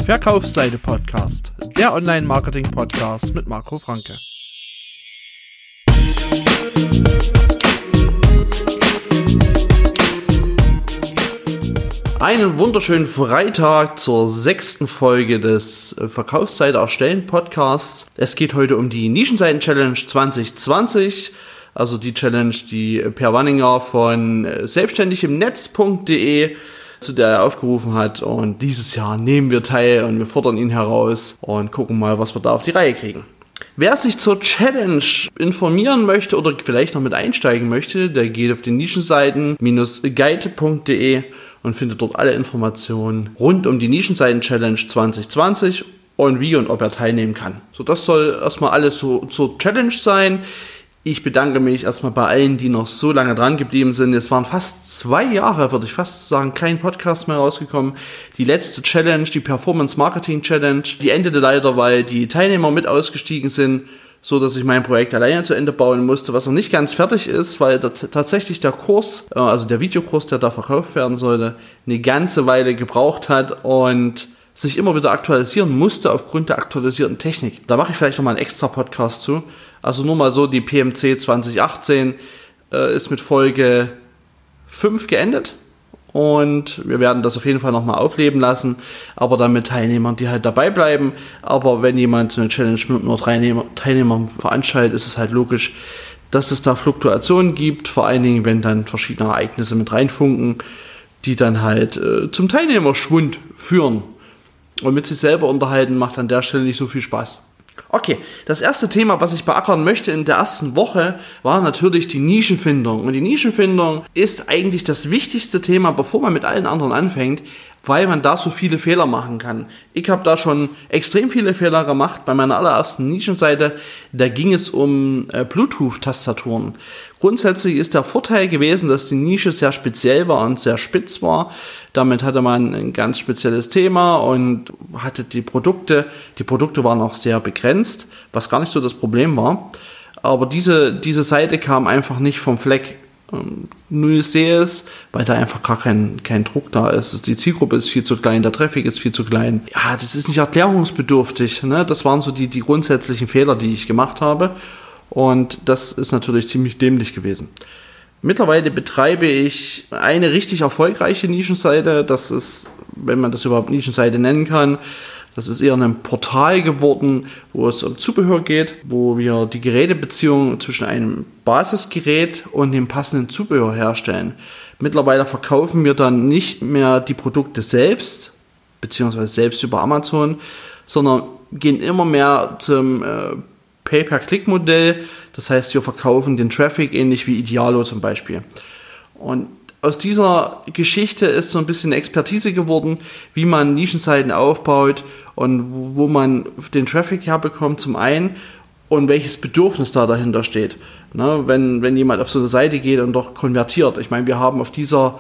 Verkaufsseite Podcast, der Online-Marketing-Podcast mit Marco Franke. Einen wunderschönen Freitag zur 6. Folge des Verkaufsseite erstellen Podcasts. Es geht heute um die Nischenseiten-Challenge 2020, also die Challenge, die Per Wanninger von selbstständigimnetz.de zu der er aufgerufen hat, und dieses Jahr nehmen wir teil und wir fordern ihn heraus und gucken mal, was wir da auf die Reihe kriegen. Wer sich zur Challenge informieren möchte oder vielleicht noch mit einsteigen möchte, der geht auf die Nischenseiten-guide.de und findet dort alle Informationen rund um die Nischenseiten-Challenge 2020 und wie und ob er teilnehmen kann. So, das soll erstmal alles so zur Challenge sein. Ich bedanke mich erstmal bei allen, die noch so lange dran geblieben sind. Es waren fast 2 Jahre, würde ich fast sagen, kein Podcast mehr rausgekommen. Die letzte Challenge, die Performance Marketing Challenge, die endete leider, weil die Teilnehmer mit ausgestiegen sind, so dass ich mein Projekt alleine zu Ende bauen musste, was noch nicht ganz fertig ist, weil tatsächlich der Kurs, also der Videokurs, der da verkauft werden sollte, eine ganze Weile gebraucht hat und sich immer wieder aktualisieren musste aufgrund der aktualisierten Technik. Da mache ich vielleicht nochmal einen extra Podcast zu. Also nur mal so, die PMC 2018 ist mit Folge 5 geendet und wir werden das auf jeden Fall nochmal aufleben lassen, aber dann mit Teilnehmern, die halt dabei bleiben. Aber wenn jemand so eine Challenge mit nur 3 Teilnehmern veranstaltet, ist es halt logisch, dass es da Fluktuationen gibt, vor allen Dingen, wenn dann verschiedene Ereignisse mit reinfunken, die dann halt zum Teilnehmerschwund führen. Und mit sich selber unterhalten macht an der Stelle nicht so viel Spaß. Okay, das erste Thema, was ich beackern möchte in der ersten Woche, war natürlich die Nischenfindung. Und die Nischenfindung ist eigentlich das wichtigste Thema, bevor man mit allen anderen anfängt, weil man da so viele Fehler machen kann. Ich habe da schon extrem viele Fehler gemacht. Bei meiner allerersten Nischenseite, da ging es um Bluetooth-Tastaturen. Grundsätzlich ist der Vorteil gewesen, dass die Nische sehr speziell war und sehr spitz war. Damit hatte man ein ganz spezielles Thema und hatte die Produkte waren auch sehr begrenzt, was gar nicht so das Problem war. Aber diese Seite kam einfach nicht vom Fleck. Nur ich sehe es, weil da einfach gar kein Druck da ist. Die Zielgruppe ist viel zu klein, der Traffic ist viel zu klein. Ja, das ist nicht erklärungsbedürftig, ne? Das waren so die grundsätzlichen Fehler, die ich gemacht habe. Und das ist natürlich ziemlich dämlich gewesen. Mittlerweile betreibe ich eine richtig erfolgreiche Nischenseite. Das ist, wenn man das überhaupt Nischenseite nennen kann, das ist eher ein Portal geworden, wo es um Zubehör geht, wo wir die Gerätebeziehung zwischen einem Basisgerät und dem passenden Zubehör herstellen. Mittlerweile verkaufen wir dann nicht mehr die Produkte selbst, beziehungsweise selbst über Amazon, sondern gehen immer mehr zum Pay-per-Click-Modell. Das heißt, wir verkaufen den Traffic ähnlich wie Idealo zum Beispiel. Und aus dieser Geschichte ist so ein bisschen Expertise geworden, wie man Nischenseiten aufbaut und wo man den Traffic herbekommt zum einen und welches Bedürfnis da dahinter steht. Ne, wenn jemand auf so eine Seite geht und doch konvertiert. Ich meine, wir haben auf dieser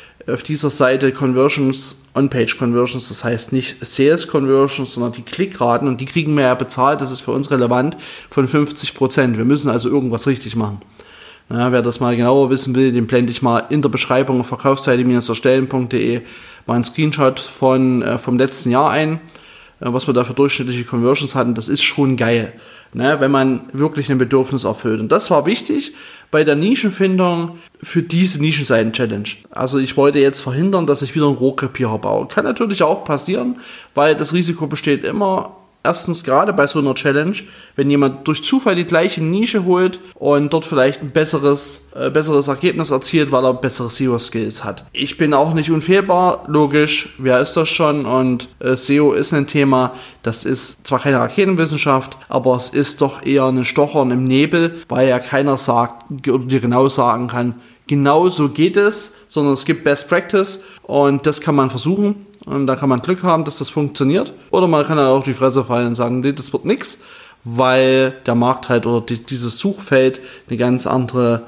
Seite Conversions, On-Page Conversions, das heißt nicht Sales Conversions, sondern die Klickraten, und die kriegen wir ja bezahlt, das ist für uns relevant, von 50%. Wir müssen also irgendwas richtig machen. Ja, wer das mal genauer wissen will, den blende ich mal in der Beschreibung auf verkaufsseite-erstellen.de mal einen Screenshot vom letzten Jahr ein, was wir da für durchschnittliche Conversions hatten. Das ist schon geil, ne, wenn man wirklich ein Bedürfnis erfüllt. Und das war wichtig bei der Nischenfindung für diese Nischenseiten-Challenge. Also ich wollte jetzt verhindern, dass ich wieder einen Rohrkrepierer baue. Kann natürlich auch passieren, weil das Risiko besteht immer. Erstens, gerade bei so einer Challenge, wenn jemand durch Zufall die gleiche Nische holt und dort vielleicht ein besseres Ergebnis erzielt, weil er bessere SEO-Skills hat. Ich bin auch nicht unfehlbar, logisch, wer ist das schon? Und SEO ist ein Thema, das ist zwar keine Raketenwissenschaft, aber es ist doch eher ein Stochern im Nebel, weil ja keiner sagt oder dir genau sagen kann, genau so geht es, sondern es gibt Best Practice und das kann man versuchen. Und da kann man Glück haben, dass das funktioniert. Oder man kann auch die Fresse fallen und sagen, nee, das wird nix, weil der Markt halt oder dieses Suchfeld eine ganz andere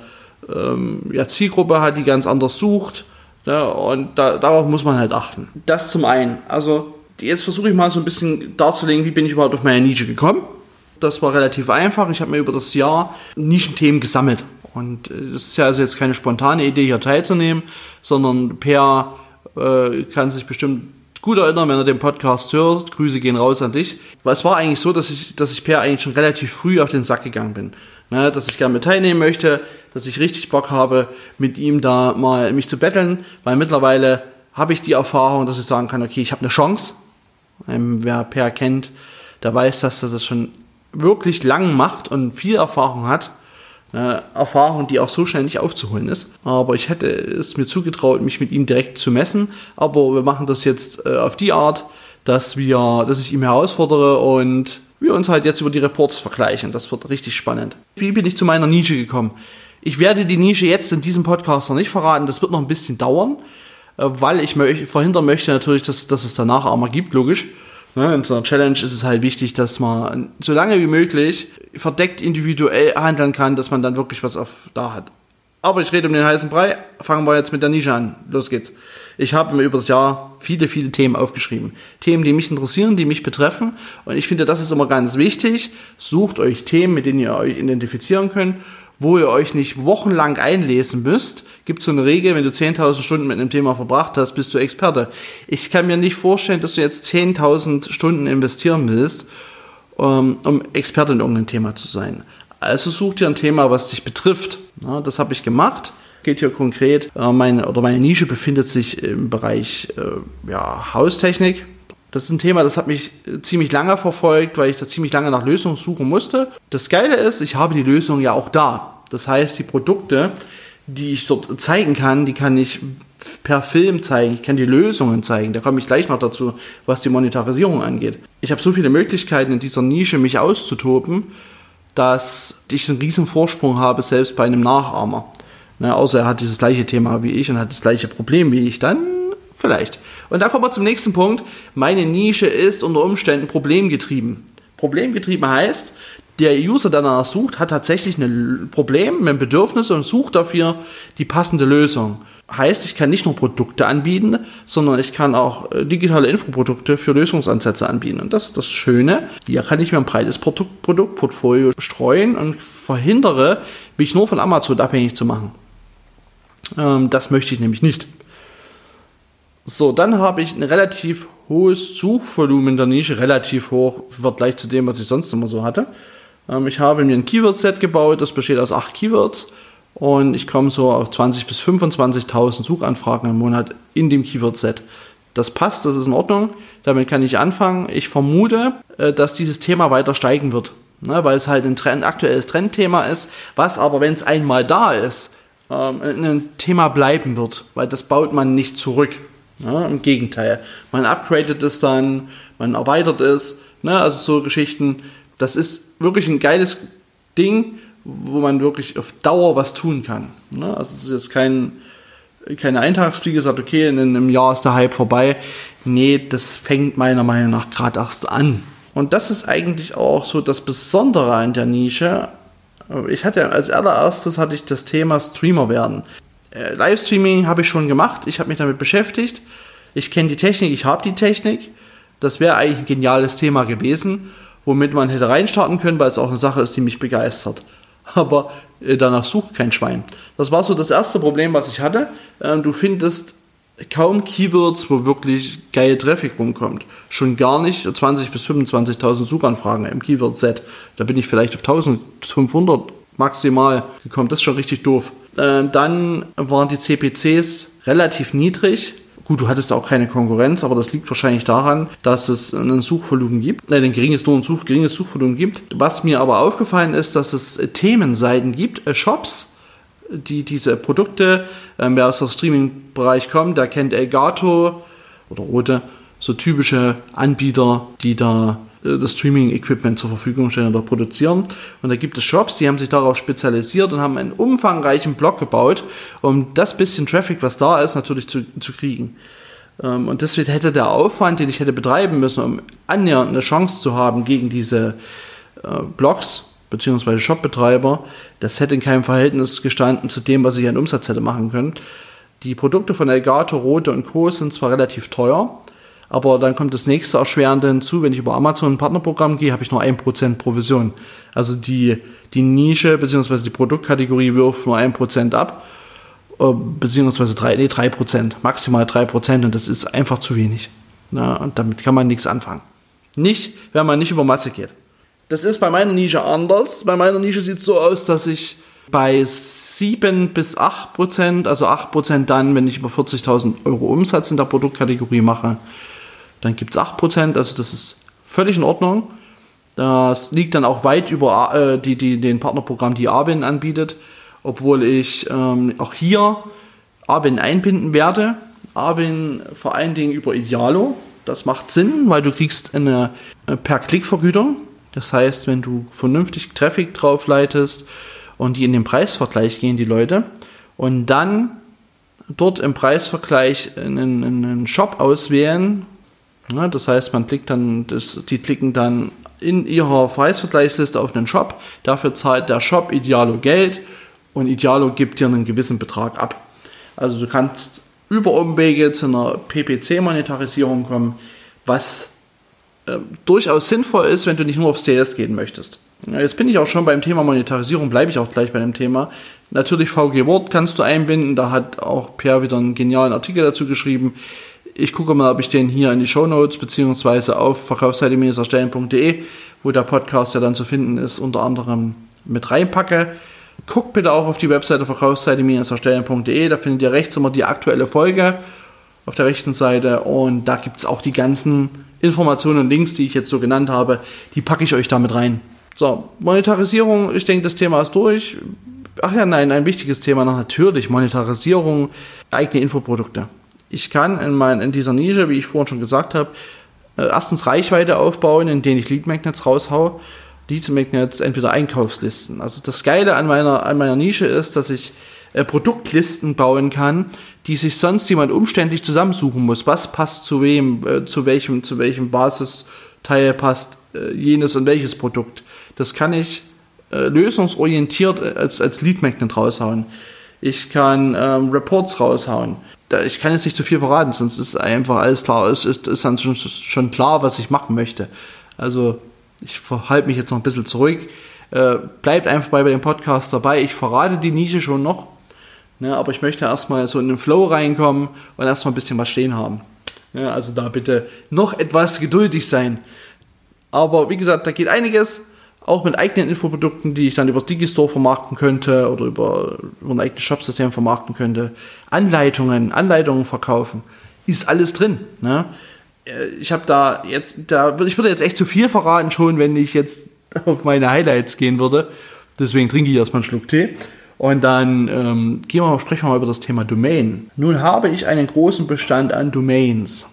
Zielgruppe hat, die ganz anders sucht. Ja, und darauf muss man halt achten. Das zum einen. Also jetzt versuche ich mal so ein bisschen darzulegen, wie bin ich überhaupt auf meine Nische gekommen. Das war relativ einfach. Ich habe mir über das Jahr Nischenthemen gesammelt. Und das ist ja also jetzt keine spontane Idee, hier teilzunehmen, sondern Per kann sich bestimmt gut erinnern, wenn er den Podcast hört. Grüße gehen raus an dich. Weil es war eigentlich so, dass ich Per eigentlich schon relativ früh auf den Sack gegangen bin. Ne, dass ich gerne mit teilnehmen möchte, dass ich richtig Bock habe, mit ihm da mal mich zu betteln, weil mittlerweile habe ich die Erfahrung, dass ich sagen kann, okay, ich habe eine Chance. Wer Per kennt, der weiß, dass er das schon wirklich lang macht und viel Erfahrung hat. Erfahrung, die auch so schnell nicht aufzuholen ist. Aber ich hätte es mir zugetraut, mich mit ihm direkt zu messen. Aber wir machen das jetzt auf die Art, dass ich ihn herausfordere und wir uns halt jetzt über die Reports vergleichen. Das wird richtig spannend. Wie bin ich zu meiner Nische gekommen? Ich werde die Nische jetzt in diesem Podcast noch nicht verraten. Das wird noch ein bisschen dauern, weil ich verhindern möchte natürlich, dass es danach auch mal gibt, logisch. In so einer Challenge ist es halt wichtig, dass man so lange wie möglich verdeckt individuell handeln kann, dass man dann wirklich was da hat. Aber ich rede um den heißen Brei. Fangen wir jetzt mit der Nische an. Los geht's. Ich habe mir über das Jahr viele Themen aufgeschrieben. Themen, die mich interessieren, die mich betreffen. Und ich finde, das ist immer ganz wichtig. Sucht euch Themen, mit denen ihr euch identifizieren könnt, wo ihr euch nicht wochenlang einlesen müsst. Gibt so eine Regel, wenn du 10.000 Stunden mit einem Thema verbracht hast, bist du Experte. Ich kann mir nicht vorstellen, dass du jetzt 10.000 Stunden investieren willst, um Experte in irgendeinem Thema zu sein. Also such dir ein Thema, was dich betrifft. Ja, das habe ich gemacht. Geht hier konkret, meine Nische befindet sich im Bereich Haustechnik. Das ist ein Thema, das hat mich ziemlich lange verfolgt, weil ich da ziemlich lange nach Lösungen suchen musste. Das Geile ist, ich habe die Lösung ja auch da. Das heißt, die Produkte, die ich dort zeigen kann, die kann ich per Film zeigen. Ich kann die Lösungen zeigen. Da komme ich gleich noch dazu, was die Monetarisierung angeht. Ich habe so viele Möglichkeiten in dieser Nische, mich auszutoben, dass ich einen riesen Vorsprung habe, selbst bei einem Nachahmer. Außer er hat dieses gleiche Thema wie ich und hat das gleiche Problem wie ich, dann vielleicht. Und da kommen wir zum nächsten Punkt. Meine Nische ist unter Umständen problemgetrieben. Problemgetrieben heißt, der User, der danach sucht, hat tatsächlich ein Problem, ein Bedürfnis und sucht dafür die passende Lösung. Heißt, ich kann nicht nur Produkte anbieten, sondern ich kann auch digitale Infoprodukte für Lösungsansätze anbieten. Und das ist das Schöne. Hier kann ich mir ein breites Produktportfolio streuen und verhindere, mich nur von Amazon abhängig zu machen. Das möchte ich nämlich nicht. So, dann habe ich ein relativ hohes Suchvolumen der Nische, relativ hoch im Vergleich zu dem, was ich sonst immer so hatte. Ich habe mir ein Keyword-Set gebaut, das besteht aus 8 Keywords und ich komme so auf 20.000 bis 25.000 Suchanfragen im Monat in dem Keyword-Set. Das passt, das ist in Ordnung, damit kann ich anfangen. Ich vermute, dass dieses Thema weiter steigen wird, weil es halt ein aktuelles Trendthema ist, was aber, wenn es einmal da ist, ein Thema bleiben wird, weil das baut man nicht zurück. Im Gegenteil, man upgradet es dann, man erweitert es, also so Geschichten. Das ist wirklich ein geiles Ding, wo man wirklich auf Dauer was tun kann. Also es ist keine Eintagsfliege, sagt okay, in einem Jahr ist der Hype vorbei. Nee, das fängt meiner Meinung nach gerade erst an. Und das ist eigentlich auch so das Besondere an der Nische. Als allererstes hatte ich das Thema Streamer werden. Livestreaming habe ich schon gemacht, ich habe mich damit beschäftigt. Ich kenne die Technik, ich habe die Technik. Das wäre eigentlich ein geniales Thema gewesen, womit man hätte reinstarten können, weil es auch eine Sache ist, die mich begeistert. Aber danach sucht kein Schwein. Das war so das erste Problem, was ich hatte. Du findest kaum Keywords, wo wirklich geil Traffic rumkommt. Schon gar nicht 20.000 bis 25.000 Suchanfragen im Keyword-Set. Da bin ich vielleicht auf 1.500 maximal gekommen. Das ist schon richtig doof. Dann waren die CPCs relativ niedrig. Gut, du hattest auch keine Konkurrenz, aber das liegt wahrscheinlich daran, dass es ein Suchvolumen gibt, ein geringes Suchvolumen gibt. Was mir aber aufgefallen ist, dass es Themenseiten gibt, Shops, die diese Produkte, wer aus dem Streaming-Bereich kommt, der kennt Elgato oder Rote, so typische Anbieter, die da das Streaming-Equipment zur Verfügung stellen oder produzieren. Und da gibt es Shops, die haben sich darauf spezialisiert und haben einen umfangreichen Blog gebaut, um das bisschen Traffic, was da ist, natürlich zu kriegen. Und deswegen hätte der Aufwand, den ich hätte betreiben müssen, um annähernd eine Chance zu haben gegen diese Blogs bzw. Shopbetreiber, das hätte in keinem Verhältnis gestanden zu dem, was ich an Umsatz hätte machen können. Die Produkte von Elgato, Rote und Co. sind zwar relativ teuer, aber dann kommt das nächste Erschwerende hinzu, wenn ich über Amazon ein Partnerprogramm gehe, habe ich nur 1% Provision. Also die Nische bzw. die Produktkategorie wirft nur 1% ab, beziehungsweise 3%, maximal 3%, und das ist einfach zu wenig. Na, und damit kann man nichts anfangen. Nicht, wenn man nicht über Masse geht. Das ist bei meiner Nische anders. Bei meiner Nische sieht es so aus, dass ich bei 7 bis 8%, also 8% dann, wenn ich über 40.000 Euro Umsatz in der Produktkategorie mache, dann gibt es 8%, also das ist völlig in Ordnung. Das liegt dann auch weit über den Partnerprogramm, die Arvin anbietet, obwohl ich auch hier Arvin einbinden werde. Arvin vor allen Dingen über Idealo. Das macht Sinn, weil du kriegst eine Per-Klick-Vergütung. Das heißt, wenn du vernünftig Traffic drauf leitest und die in den Preisvergleich gehen, die Leute, und dann dort im Preisvergleich einen Shop auswählen. Ja, das heißt, die klicken dann in ihrer Preisvergleichsliste auf einen Shop. Dafür zahlt der Shop Idealo Geld und Idealo gibt dir einen gewissen Betrag ab. Also du kannst über Umwege zu einer PPC-Monetarisierung kommen, was durchaus sinnvoll ist, wenn du nicht nur aufs CS gehen möchtest. Jetzt bin ich auch schon beim Thema Monetarisierung, bleibe ich auch gleich bei dem Thema. Natürlich VG Word kannst du einbinden, da hat auch Per wieder einen genialen Artikel dazu geschrieben. Ich gucke mal, ob ich den hier in die Shownotes beziehungsweise auf verkaufsseite-erstellen.de, wo der Podcast ja dann zu finden ist, unter anderem mit reinpacke. Guckt bitte auch auf die Webseite verkaufsseite-erstellen.de, da findet ihr rechts immer die aktuelle Folge auf der rechten Seite und da gibt es auch die ganzen Informationen und Links, die ich jetzt so genannt habe, die packe ich euch damit rein. So, Monetarisierung, ich denke, das Thema ist durch. Ach ja, nein, ein wichtiges Thema noch natürlich, Monetarisierung, eigene Infoprodukte. Ich kann in dieser Nische, wie ich vorhin schon gesagt habe, erstens Reichweite aufbauen, indem ich Lead Magnets raushaue. Lead Magnets, entweder Einkaufslisten. Also das Geile an meiner Nische ist, dass ich Produktlisten bauen kann, die sich sonst jemand umständlich zusammensuchen muss. Was passt zu wem, zu welchem Basisteil passt jenes und welches Produkt. Das kann ich lösungsorientiert als Lead Magnet raushauen. Ich kann Reports raushauen. Ich kann jetzt nicht zu viel verraten, sonst ist einfach alles klar. Es ist dann schon klar, was ich machen möchte. Also ich verhalte mich jetzt noch ein bisschen zurück. Bleibt einfach bei dem Podcast dabei. Ich verrate die Nische schon noch. Ne, aber ich möchte erstmal so in den Flow reinkommen und erstmal ein bisschen was stehen haben. Ja, also da bitte noch etwas geduldig sein. Aber wie gesagt, da geht einiges. Auch mit eigenen Infoprodukten, die ich dann über das Digistore vermarkten könnte oder über ein eigenes Shopsystem vermarkten könnte. Anleitungen verkaufen. Ist alles drin. Ne? Ich würde jetzt echt zu viel verraten schon, wenn ich jetzt auf meine Highlights gehen würde. Deswegen trinke ich erstmal einen Schluck Tee. Und dann sprechen wir mal über das Thema Domain. Nun habe ich einen großen Bestand an Domains.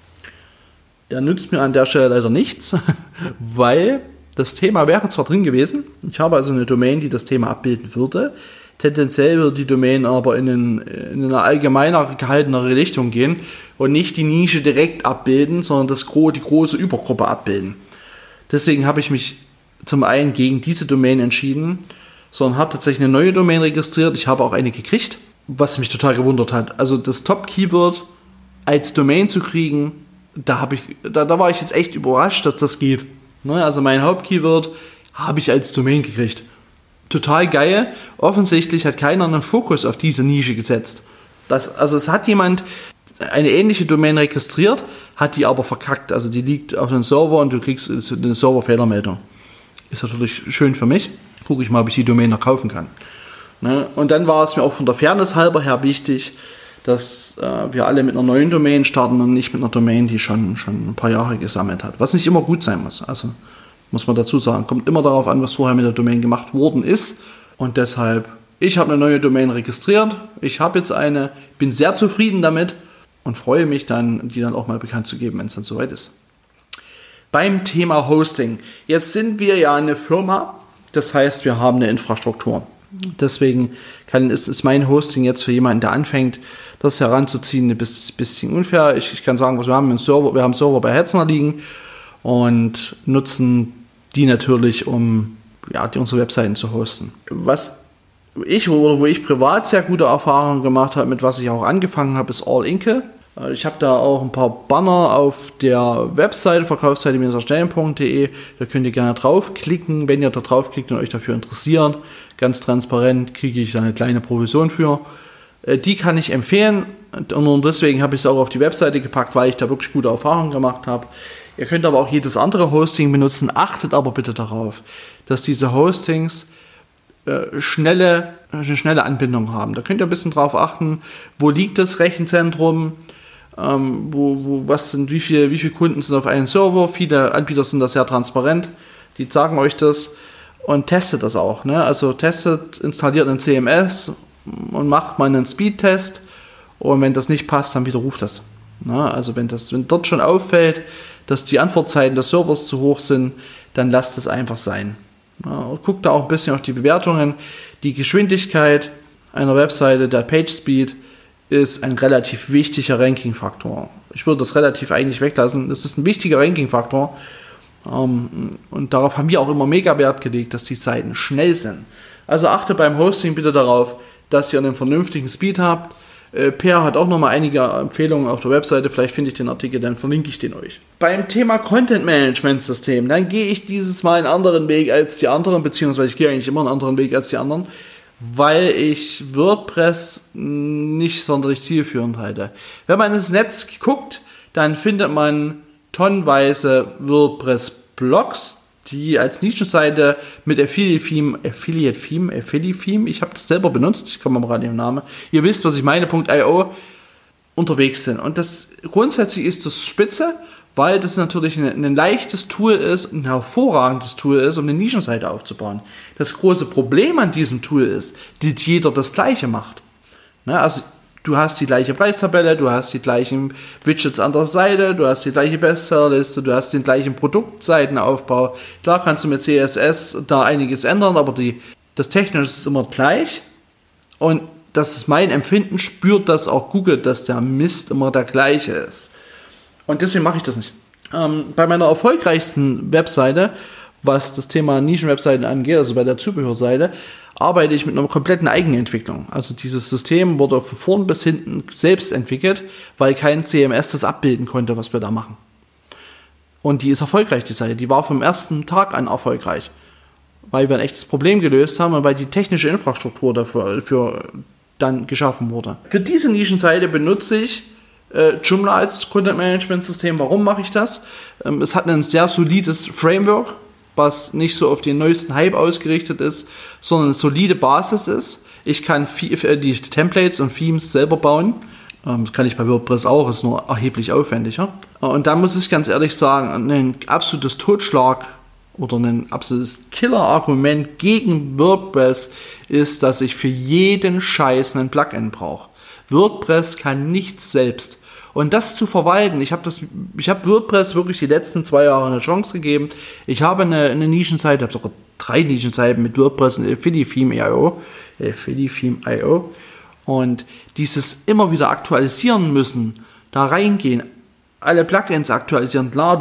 Der nützt mir an der Stelle leider nichts, weil das Thema wäre zwar drin gewesen. Ich habe also eine Domain, die das Thema abbilden würde. Tendenziell würde die Domain aber in eine allgemeiner gehaltenere Richtung gehen und nicht die Nische direkt abbilden, sondern die große Übergruppe abbilden. Deswegen habe ich mich zum einen gegen diese Domain entschieden, sondern habe tatsächlich eine neue Domain registriert. Ich habe auch eine gekriegt, was mich total gewundert hat. Also das Top-Keyword als Domain zu kriegen, da war ich jetzt echt überrascht, dass das geht. Also mein Hauptkeyword habe ich als Domain gekriegt. Total geil. Offensichtlich hat keiner einen Fokus auf diese Nische gesetzt. Es hat jemand eine ähnliche Domain registriert, hat die aber verkackt. Also die liegt auf einem Server und du kriegst eine Server-Fehlermeldung. Ist natürlich schön für mich. Gucke ich mal, ob ich die Domain noch kaufen kann. Und dann war es mir auch von der Fairness halber her wichtig, dass wir alle mit einer neuen Domain starten und nicht mit einer Domain, die schon ein paar Jahre gesammelt hat. Was nicht immer gut sein muss. Also muss man dazu sagen, kommt immer darauf an, was vorher mit der Domain gemacht worden ist. Und deshalb, ich habe eine neue Domain registriert. Ich habe jetzt eine, bin sehr zufrieden damit und freue mich dann, die dann auch mal bekannt zu geben, wenn es dann soweit ist. Beim Thema Hosting. Jetzt sind wir ja eine Firma, das heißt, wir haben eine Infrastruktur. Deswegen ist mein Hosting jetzt für jemanden, der anfängt, das heranzuziehen, ein bisschen unfair. Ich kann sagen, wir haben Server bei Hetzner liegen und nutzen die natürlich, um unsere Webseiten zu hosten. Wo ich privat sehr gute Erfahrungen gemacht habe, mit was ich auch angefangen habe, ist All-Inkle. Ich habe da auch ein paar Banner auf der Webseite verkaufsseite-erstellen.de. Da könnt ihr gerne draufklicken. Wenn ihr da draufklickt und euch dafür interessiert, ganz transparent, kriege ich da eine kleine Provision für. Die kann ich empfehlen und deswegen habe ich es auch auf die Webseite gepackt, weil ich da wirklich gute Erfahrungen gemacht habe. Ihr könnt aber auch jedes andere Hosting benutzen, achtet aber bitte darauf, dass diese Hostings eine schnelle Anbindung haben. Da könnt ihr ein bisschen drauf achten, wo liegt das Rechenzentrum, wie viele Kunden sind auf einem Server. Viele Anbieter sind da sehr transparent, die sagen euch das und testet das auch. Ne? Also installiert ein CMS und macht mal einen Speedtest und wenn das nicht passt, dann widerruft das. Ne? Also wenn dort schon auffällt, dass die Antwortzeiten des Servers zu hoch sind, dann lasst es einfach sein. Ja, und guckt da auch ein bisschen auf die Bewertungen. Die Geschwindigkeit einer Webseite, der Page Speed, ist ein relativ wichtiger Ranking-Faktor. Ich würde das relativ eigentlich weglassen. Das ist ein wichtiger Ranking-Faktor. Und darauf haben wir auch immer mega Wert gelegt, dass die Seiten schnell sind. Also achte beim Hosting bitte darauf, dass ihr einen vernünftigen Speed habt. Per hat auch nochmal einige Empfehlungen auf der Webseite, vielleicht finde ich den Artikel, dann verlinke ich den euch. Beim Thema Content Management System, dann gehe ich dieses Mal einen anderen Weg als die anderen, beziehungsweise ich gehe eigentlich immer einen anderen Weg als die anderen, weil ich WordPress nicht sonderlich zielführend halte. Wenn man ins Netz guckt, dann findet man tonnenweise WordPress-Blogs, die als Nischenseite mit Affiliate Theme, ich habe das selber benutzt, ich komme mal gerade im Namen, ihr wisst, was ich meine, .io, unterwegs sind. Und das grundsätzlich ist das spitze, weil das natürlich ein leichtes Tool ist, ein hervorragendes Tool ist, um eine Nischenseite aufzubauen. Das große Problem an diesem Tool ist, dass jeder das Gleiche macht. Also du hast die gleiche Preistabelle, du hast die gleichen Widgets an der Seite, du hast die gleiche Bestsellerliste, du hast den gleichen Produktseitenaufbau. Klar kannst du mit CSS da einiges ändern, aber das Technische ist immer gleich. Und das ist mein Empfinden, spürt das auch Google, dass der Mist immer der gleiche ist. Und deswegen mache ich das nicht. Bei meiner erfolgreichsten Webseite, was das Thema Nischenwebseiten angeht, also bei der Zubehörseite, arbeite ich mit einer kompletten Eigenentwicklung. Also dieses System wurde von vorn bis hinten selbst entwickelt, weil kein CMS das abbilden konnte, was wir da machen. Und die ist erfolgreich, die Seite. Die war vom ersten Tag an erfolgreich, weil wir ein echtes Problem gelöst haben und weil die technische Infrastruktur dafür dann geschaffen wurde. Für diese Nischenseite benutze ich Joomla als Content Management System. Warum mache ich das? Es hat ein sehr solides Framework, was nicht so auf den neuesten Hype ausgerichtet ist, sondern eine solide Basis ist. Ich kann die Templates und Themes selber bauen. Das kann ich bei WordPress auch, ist nur erheblich aufwendiger. Und da muss ich ganz ehrlich sagen, ein absolutes Totschlag oder ein absolutes Killer-Argument gegen WordPress ist, dass ich für jeden Scheiß einen Plugin brauche. WordPress kann nichts selbst. Und das zu verwalten, ich habe WordPress wirklich die letzten 2 Jahre eine Chance gegeben. Ich habe eine Nischenseite, ich habe sogar 3 Nischenseiten mit WordPress und Affiliate Theme.io. Und dieses immer wieder aktualisieren müssen, da reingehen, alle Plugins aktualisieren. Klar,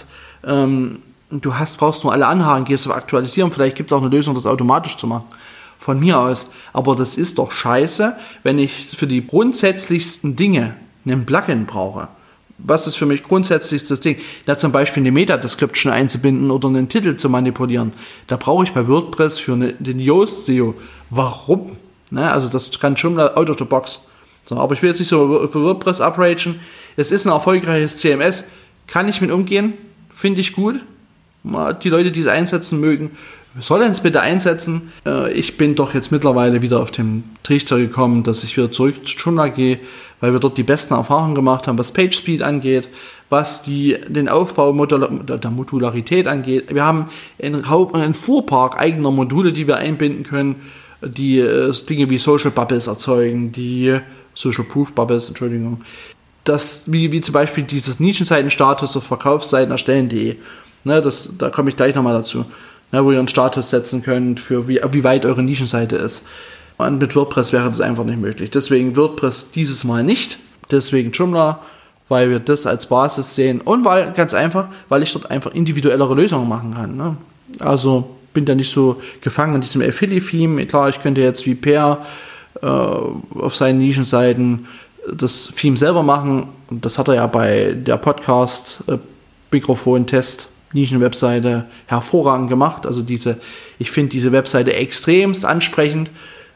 brauchst nur alle Anhaken, gehst auf Aktualisieren, vielleicht gibt es auch eine Lösung, das automatisch zu machen. Von mir aus. Aber das ist doch scheiße, wenn ich für die grundsätzlichsten Dinge einen Plugin brauche. Was ist für mich grundsätzlichstes Ding? Da zum Beispiel eine Meta-Description einzubinden oder einen Titel zu manipulieren. Da brauche ich bei WordPress für den Yoast SEO. Warum? Also das kann schon out of the box. So, aber ich will jetzt nicht so für WordPress upragen. Es ist ein erfolgreiches CMS. Kann ich mit umgehen? Finde ich gut. Die Leute, die es einsetzen mögen, sollen es bitte einsetzen. Ich bin doch jetzt mittlerweile wieder auf den Trichter gekommen, dass ich wieder zurück zu Joomla gehe, weil wir dort die besten Erfahrungen gemacht haben, was PageSpeed angeht, was den Aufbau der Modularität angeht. Wir haben einen Fuhrpark eigener Module, die wir einbinden können, die Dinge wie Social Bubbles erzeugen, die Social Proof Bubbles, Entschuldigung. Das, wie zum Beispiel dieses Nischenseitenstatus auf Verkaufsseiten erstellen.de. Da komme ich gleich nochmal dazu. Wo ihr einen Status setzen könnt, für wie weit eure Nischenseite ist. Und mit WordPress wäre das einfach nicht möglich. Deswegen WordPress dieses Mal nicht. Deswegen Joomla, weil wir das als Basis sehen. Und ganz einfach, weil ich dort einfach individuellere Lösungen machen kann. Also bin da nicht so gefangen in diesem Affiliate-Theme. Klar, ich könnte jetzt wie Per auf seinen Nischenseiten das Theme selber machen. Und das hat er ja bei der Podcast-Mikrofon-Test Nischenwebseite hervorragend gemacht. Also ich finde diese Webseite extremst ansprechend.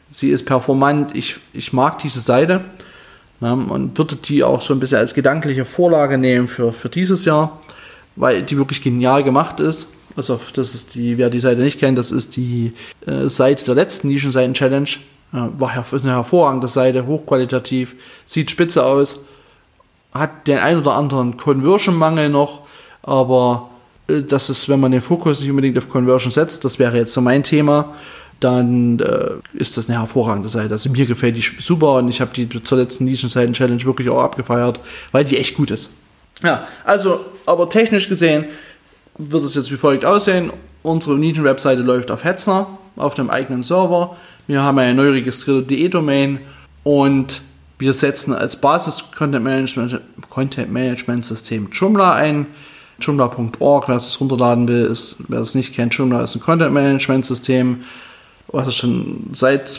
Sie ist performant, ich mag diese Seite, und würde die auch so ein bisschen als gedankliche Vorlage nehmen für dieses Jahr, weil die wirklich genial gemacht ist. Also das ist wer die Seite nicht kennt, das ist die Seite der letzten Nischenseiten-Challenge. War eine hervorragende Seite, hochqualitativ, sieht spitze aus, hat den ein oder anderen Conversion-Mangel noch, aber das ist, wenn man den Fokus nicht unbedingt auf Conversion setzt, das wäre jetzt so mein Thema, dann ist das eine hervorragende Seite. Also mir gefällt die super und ich habe die zur letzten Nischenseiten-Challenge wirklich auch abgefeiert, weil die echt gut ist. Ja, also, aber technisch gesehen wird es jetzt wie folgt aussehen. Unsere Nischen-Webseite läuft auf Hetzner, auf einem eigenen Server. Wir haben eine neu registrierte DE-Domain und wir setzen als Basis-Content-Management-System Joomla ein. Joomla.org, wer es runterladen will, wer es nicht kennt, Joomla ist ein Content-Management-System, was es schon seit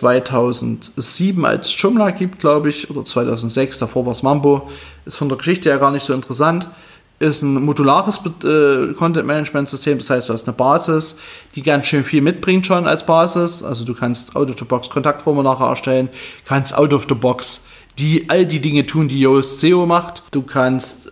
2007 als Joomla gibt, glaube ich, oder 2006, davor war es Mambo, ist von der Geschichte her gar nicht so interessant, ist ein modulares Content-Management-System, das heißt, du hast eine Basis, die ganz schön viel mitbringt schon als Basis, also du kannst out-of-the-box Kontaktformulare erstellen, kannst out-of-the-box all die Dinge tun, die Yoast SEO macht, du kannst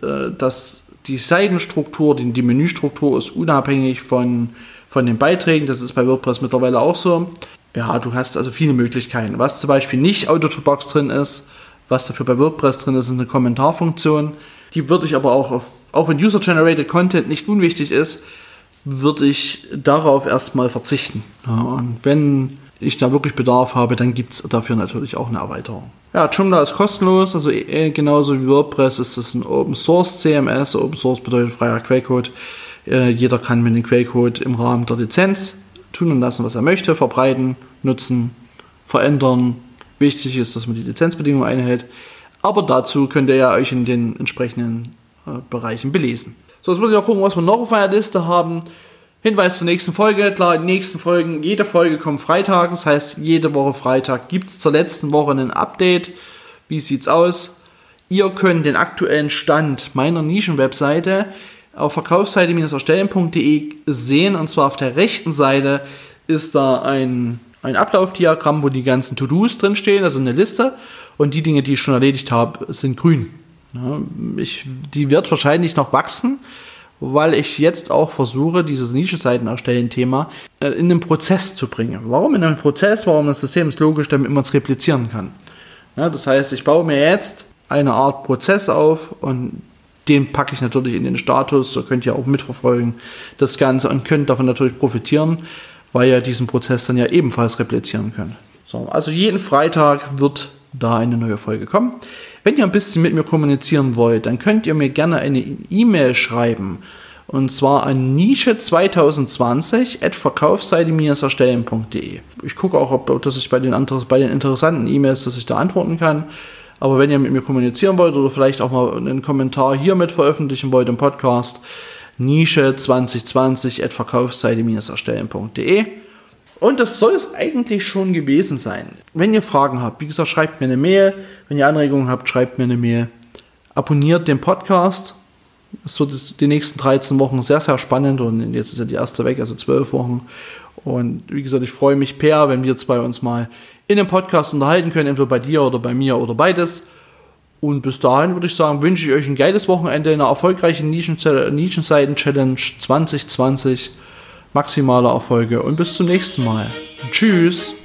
die Seitenstruktur, die Menüstruktur ist unabhängig von den Beiträgen, das ist bei WordPress mittlerweile auch so. Ja, du hast also viele Möglichkeiten. Was zum Beispiel nicht out-of-the-box drin ist, was dafür bei WordPress drin ist eine Kommentarfunktion. Die würde ich aber auch wenn User-Generated Content nicht unwichtig ist, würde ich darauf erstmal verzichten. Ja, und wenn ich da wirklich Bedarf habe, dann gibt es dafür natürlich auch eine Erweiterung. Ja, Joomla ist kostenlos, also genauso wie WordPress ist es ein Open Source CMS. Open Source bedeutet freier Quellcode. Jeder kann mit dem Quellcode im Rahmen der Lizenz tun und lassen, was er möchte, verbreiten, nutzen, verändern. Wichtig ist, dass man die Lizenzbedingungen einhält. Aber dazu könnt ihr ja euch in den entsprechenden Bereichen belesen. So, jetzt muss ich auch gucken, was wir noch auf meiner Liste haben. Hinweis zur nächsten Folge. Klar, die nächsten Folgen, jede Folge kommt Freitag. Das heißt, jede Woche Freitag gibt es zur letzten Woche ein Update. Wie sieht's aus? Ihr könnt den aktuellen Stand meiner Nischen-Webseite auf verkaufsseite-erstellen.de sehen. Und zwar auf der rechten Seite ist da ein Ablaufdiagramm, wo die ganzen To-Dos drinstehen, also eine Liste. Und die Dinge, die ich schon erledigt habe, sind grün. Ja, die wird wahrscheinlich noch wachsen, weil ich jetzt auch versuche, dieses Nischenseiten-Erstellen-Thema in einen Prozess zu bringen. Warum in einen Prozess? Warum das System ist logisch, damit man es replizieren kann. Ja, das heißt, ich baue mir jetzt eine Art Prozess auf und den packe ich natürlich in den Status, so könnt ihr auch mitverfolgen das Ganze und könnt davon natürlich profitieren, weil ihr diesen Prozess dann ja ebenfalls replizieren könnt. So, also jeden Freitag wird da eine neue Folge kommen. Wenn ihr ein bisschen mit mir kommunizieren wollt, dann könnt ihr mir gerne eine E-Mail schreiben. Und zwar an nische2020@verkaufsseite-erstellen.de. Ich gucke auch, ob das ich bei den interessanten E-Mails, dass ich da antworten kann. Aber wenn ihr mit mir kommunizieren wollt oder vielleicht auch mal einen Kommentar hier mit veröffentlichen wollt im Podcast, nische2020@verkaufsseite-erstellen.de. Und das soll es eigentlich schon gewesen sein. Wenn ihr Fragen habt, wie gesagt, schreibt mir eine Mail. Wenn ihr Anregungen habt, schreibt mir eine Mail. Abonniert den Podcast. Es wird die nächsten 13 Wochen sehr, sehr spannend. Und jetzt ist ja die erste weg, also 12 Wochen. Und wie gesagt, ich freue mich, Per, wenn wir zwei uns mal in einem Podcast unterhalten können. Entweder bei dir oder bei mir oder beides. Und bis dahin würde ich sagen, wünsche ich euch ein geiles Wochenende, eine erfolgreiche Nischenseiten-Challenge 2020. Maximale Erfolge und bis zum nächsten Mal. Tschüss.